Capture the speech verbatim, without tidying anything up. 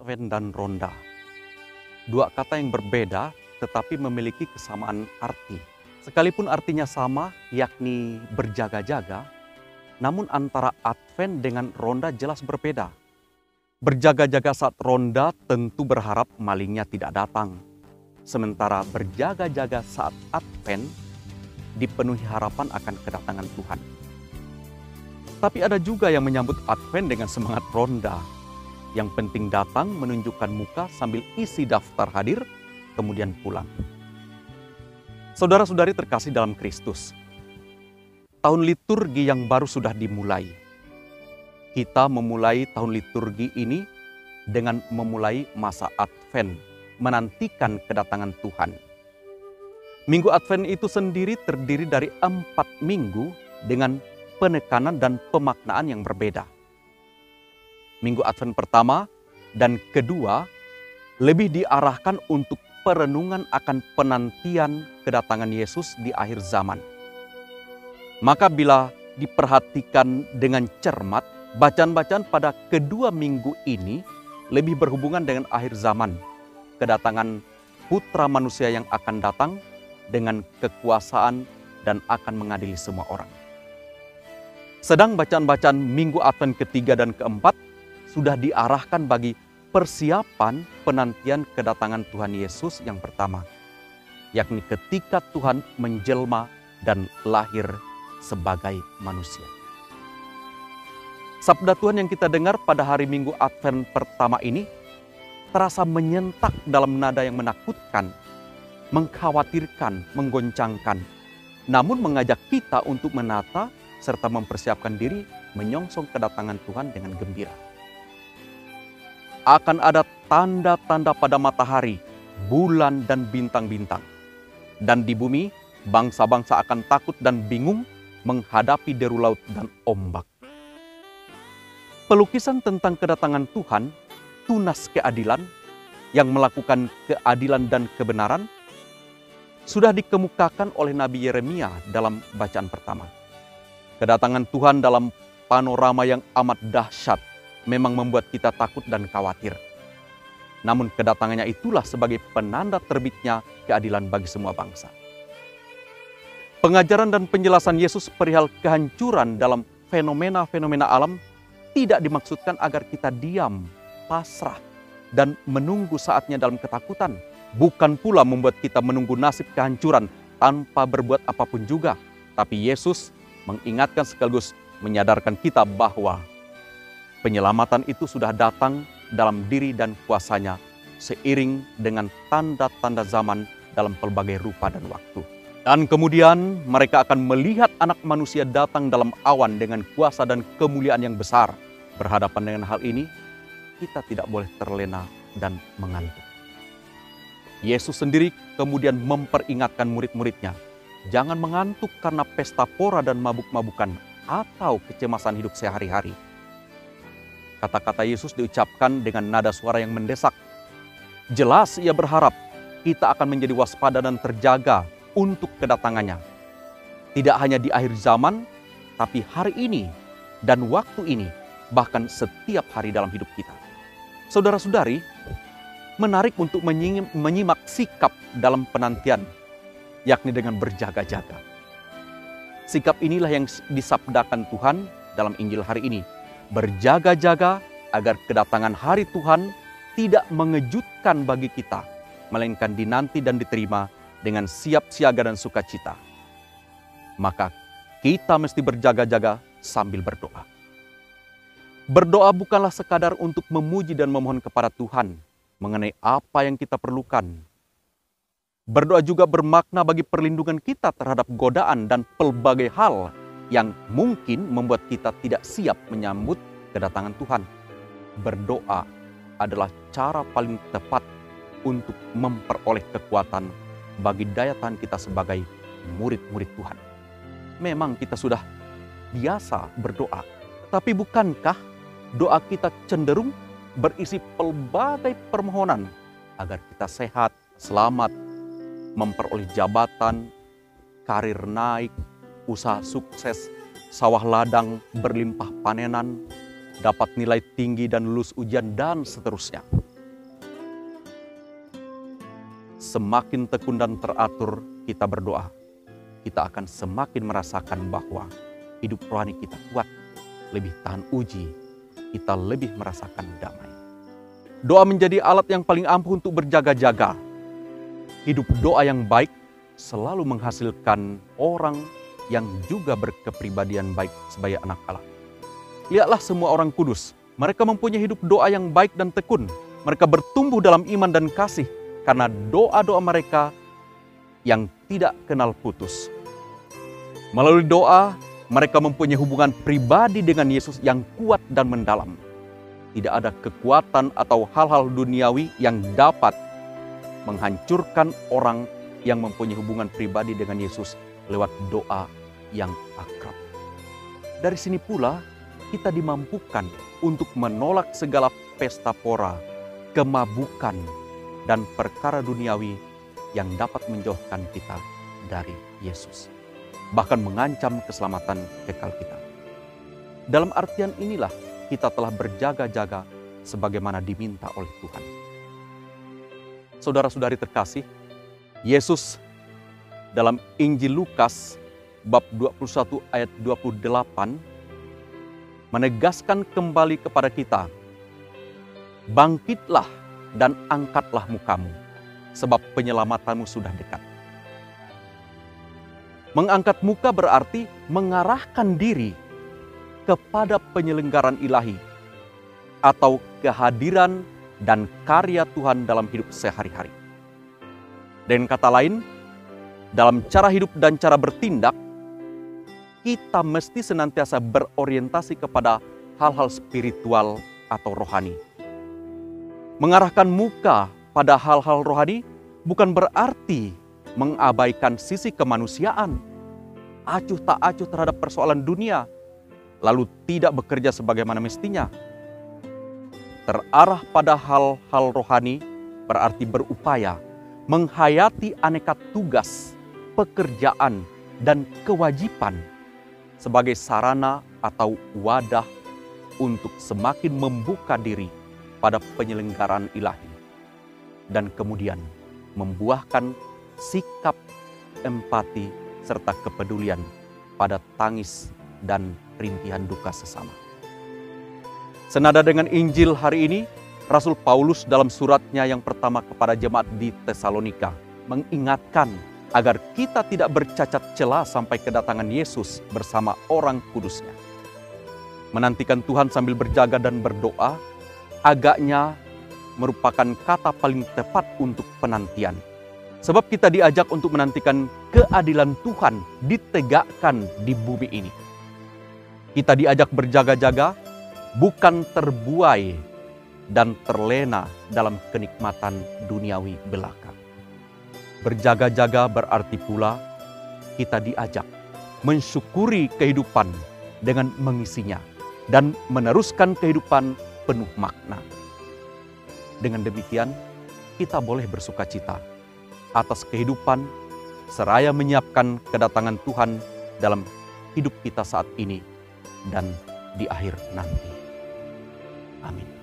Advent dan ronda. Dua kata yang berbeda tetapi memiliki kesamaan arti. Sekalipun artinya sama, yakni berjaga-jaga, namun antara Advent dengan ronda jelas berbeda. Berjaga-jaga saat ronda tentu berharap malingnya tidak datang. Sementara berjaga-jaga saat Advent dipenuhi harapan akan kedatangan Tuhan. Tapi ada juga yang menyambut Advent dengan semangat ronda. Yang penting datang, menunjukkan muka sambil isi daftar hadir, kemudian pulang. Saudara-saudari terkasih dalam Kristus, tahun liturgi yang baru sudah dimulai. Kita memulai tahun liturgi ini dengan memulai masa Advent, menantikan kedatangan Tuhan. Minggu Advent itu sendiri terdiri dari empat minggu dengan penekanan dan pemaknaan yang berbeda. Minggu Advent pertama dan kedua lebih diarahkan untuk perenungan akan penantian kedatangan Yesus di akhir zaman. Maka bila diperhatikan dengan cermat, bacaan-bacaan pada kedua minggu ini lebih berhubungan dengan akhir zaman, kedatangan Putra Manusia yang akan datang dengan kekuasaan dan akan mengadili semua orang. Sedang bacaan-bacaan Minggu Advent ketiga dan keempat sudah diarahkan bagi persiapan penantian kedatangan Tuhan Yesus yang pertama, yakni ketika Tuhan menjelma dan lahir sebagai manusia. Sabda Tuhan yang kita dengar pada hari Minggu Advent pertama ini terasa menyentak dalam nada yang menakutkan, mengkhawatirkan, menggoncangkan, namun mengajak kita untuk menata serta mempersiapkan diri menyongsong kedatangan Tuhan dengan gembira. Akan ada tanda-tanda pada matahari, bulan, dan bintang-bintang. Dan di bumi, bangsa-bangsa akan takut dan bingung menghadapi deru laut dan ombak. Pelukisan tentang kedatangan Tuhan, tunas keadilan, yang melakukan keadilan dan kebenaran, sudah dikemukakan oleh Nabi Yeremia dalam bacaan pertama. Kedatangan Tuhan dalam panorama yang amat dahsyat memang membuat kita takut dan khawatir. Namun kedatangannya itulah sebagai penanda terbitnya keadilan bagi semua bangsa. Pengajaran dan penjelasan Yesus perihal kehancuran dalam fenomena-fenomena alam tidak dimaksudkan agar kita diam, pasrah, dan menunggu saatnya dalam ketakutan. Bukan pula membuat kita menunggu nasib kehancuran tanpa berbuat apapun juga. Tapi Yesus mengingatkan sekaligus menyadarkan kita bahwa penyelamatan itu sudah datang dalam diri dan kuasanya seiring dengan tanda-tanda zaman dalam pelbagai rupa dan waktu. Dan kemudian mereka akan melihat anak manusia datang dalam awan dengan kuasa dan kemuliaan yang besar. Berhadapan dengan hal ini, kita tidak boleh terlena dan mengantuk. Yesus sendiri kemudian memperingatkan murid-muridnya, jangan mengantuk karena pesta pora dan mabuk-mabukan atau kecemasan hidup sehari-hari. Kata-kata Yesus diucapkan dengan nada suara yang mendesak. Jelas ia berharap kita akan menjadi waspada dan terjaga untuk kedatangannya. Tidak hanya di akhir zaman, tapi hari ini dan waktu ini, bahkan setiap hari dalam hidup kita. Saudara-saudari, menarik untuk menyimak sikap dalam penantian, yakni dengan berjaga-jaga. Sikap inilah yang disabdakan Tuhan dalam Injil hari ini. Berjaga-jaga agar kedatangan hari Tuhan tidak mengejutkan bagi kita, melainkan dinanti dan diterima dengan siap siaga dan sukacita. Maka kita mesti berjaga-jaga sambil berdoa. Berdoa bukanlah sekadar untuk memuji dan memohon kepada Tuhan mengenai apa yang kita perlukan. Berdoa juga bermakna bagi perlindungan kita terhadap godaan dan pelbagai hal yang mungkin membuat kita tidak siap menyambut kedatangan Tuhan. Berdoa adalah cara paling tepat untuk memperoleh kekuatan bagi daya tahan kita sebagai murid-murid Tuhan. Memang kita sudah biasa berdoa, tapi bukankah doa kita cenderung berisi pelbagai permohonan agar kita sehat, selamat, memperoleh jabatan, karir naik, usaha sukses, sawah ladang berlimpah panenan, dapat nilai tinggi dan lulus ujian, dan seterusnya. semakin tekun dan teratur kita berdoa, kita akan semakin merasakan bahwa hidup rohani kita kuat, lebih tahan uji, kita lebih merasakan damai. Doa menjadi alat yang paling ampuh untuk berjaga-jaga. Hidup doa yang baik selalu menghasilkan orang yang juga berkepribadian baik sebagai anak Allah. Lihatlah semua orang kudus, mereka mempunyai hidup doa yang baik dan tekun. Mereka bertumbuh dalam iman dan kasih karena doa-doa mereka yang tidak kenal putus. Melalui doa, mereka mempunyai hubungan pribadi dengan Yesus yang kuat dan mendalam. Tidak ada kekuatan atau hal-hal duniawi yang dapat menghancurkan orang yang mempunyai hubungan pribadi dengan Yesus lewat doa yang akrab. Dari sini pula, kita dimampukan untuk menolak segala pesta pora, kemabukan, dan perkara duniawi yang dapat menjauhkan kita dari Yesus, bahkan mengancam keselamatan kekal kita. Dalam artian inilah kita telah berjaga-jaga sebagaimana diminta oleh Tuhan. Saudara-saudari terkasih, Yesus dalam Injil Lukas bab dua puluh satu ayat dua puluh delapan menegaskan kembali kepada kita, bangkitlah dan angkatlah mukamu, sebab penyelamatanmu sudah dekat. Mengangkat muka berarti mengarahkan diri kepada penyelenggaran ilahi atau kehadiran dan karya Tuhan dalam hidup sehari-hari. Dengan kata lain, dalam cara hidup dan cara bertindak, kita mesti senantiasa berorientasi kepada hal-hal spiritual atau rohani. Mengarahkan muka pada hal-hal rohani bukan berarti mengabaikan sisi kemanusiaan, acuh tak acuh terhadap persoalan dunia, lalu tidak bekerja sebagaimana mestinya. Terarah pada hal-hal rohani berarti berupaya menghayati aneka tugas, pekerjaan, dan kewajiban sebagai sarana atau wadah untuk semakin membuka diri pada penyelenggaraan ilahi, dan kemudian membuahkan sikap empati serta kepedulian pada tangis dan rintihan duka sesama. Senada dengan Injil hari ini, Rasul Paulus dalam suratnya yang pertama kepada jemaat di Tesalonika mengingatkan agar kita tidak bercacat celah sampai kedatangan Yesus bersama orang kudusnya. Menantikan Tuhan sambil berjaga dan berdoa agaknya merupakan kata paling tepat untuk penantian. Sebab kita diajak untuk menantikan keadilan Tuhan ditegakkan di bumi ini. Kita diajak berjaga-jaga, bukan terbuai dan terlena dalam kenikmatan duniawi belaka. Berjaga-jaga berarti pula kita diajak mensyukuri kehidupan dengan mengisinya dan meneruskan kehidupan penuh makna. Dengan demikian, kita boleh bersukacita atas kehidupan seraya menyiapkan kedatangan Tuhan dalam hidup kita saat ini dan di akhir nanti. Amin.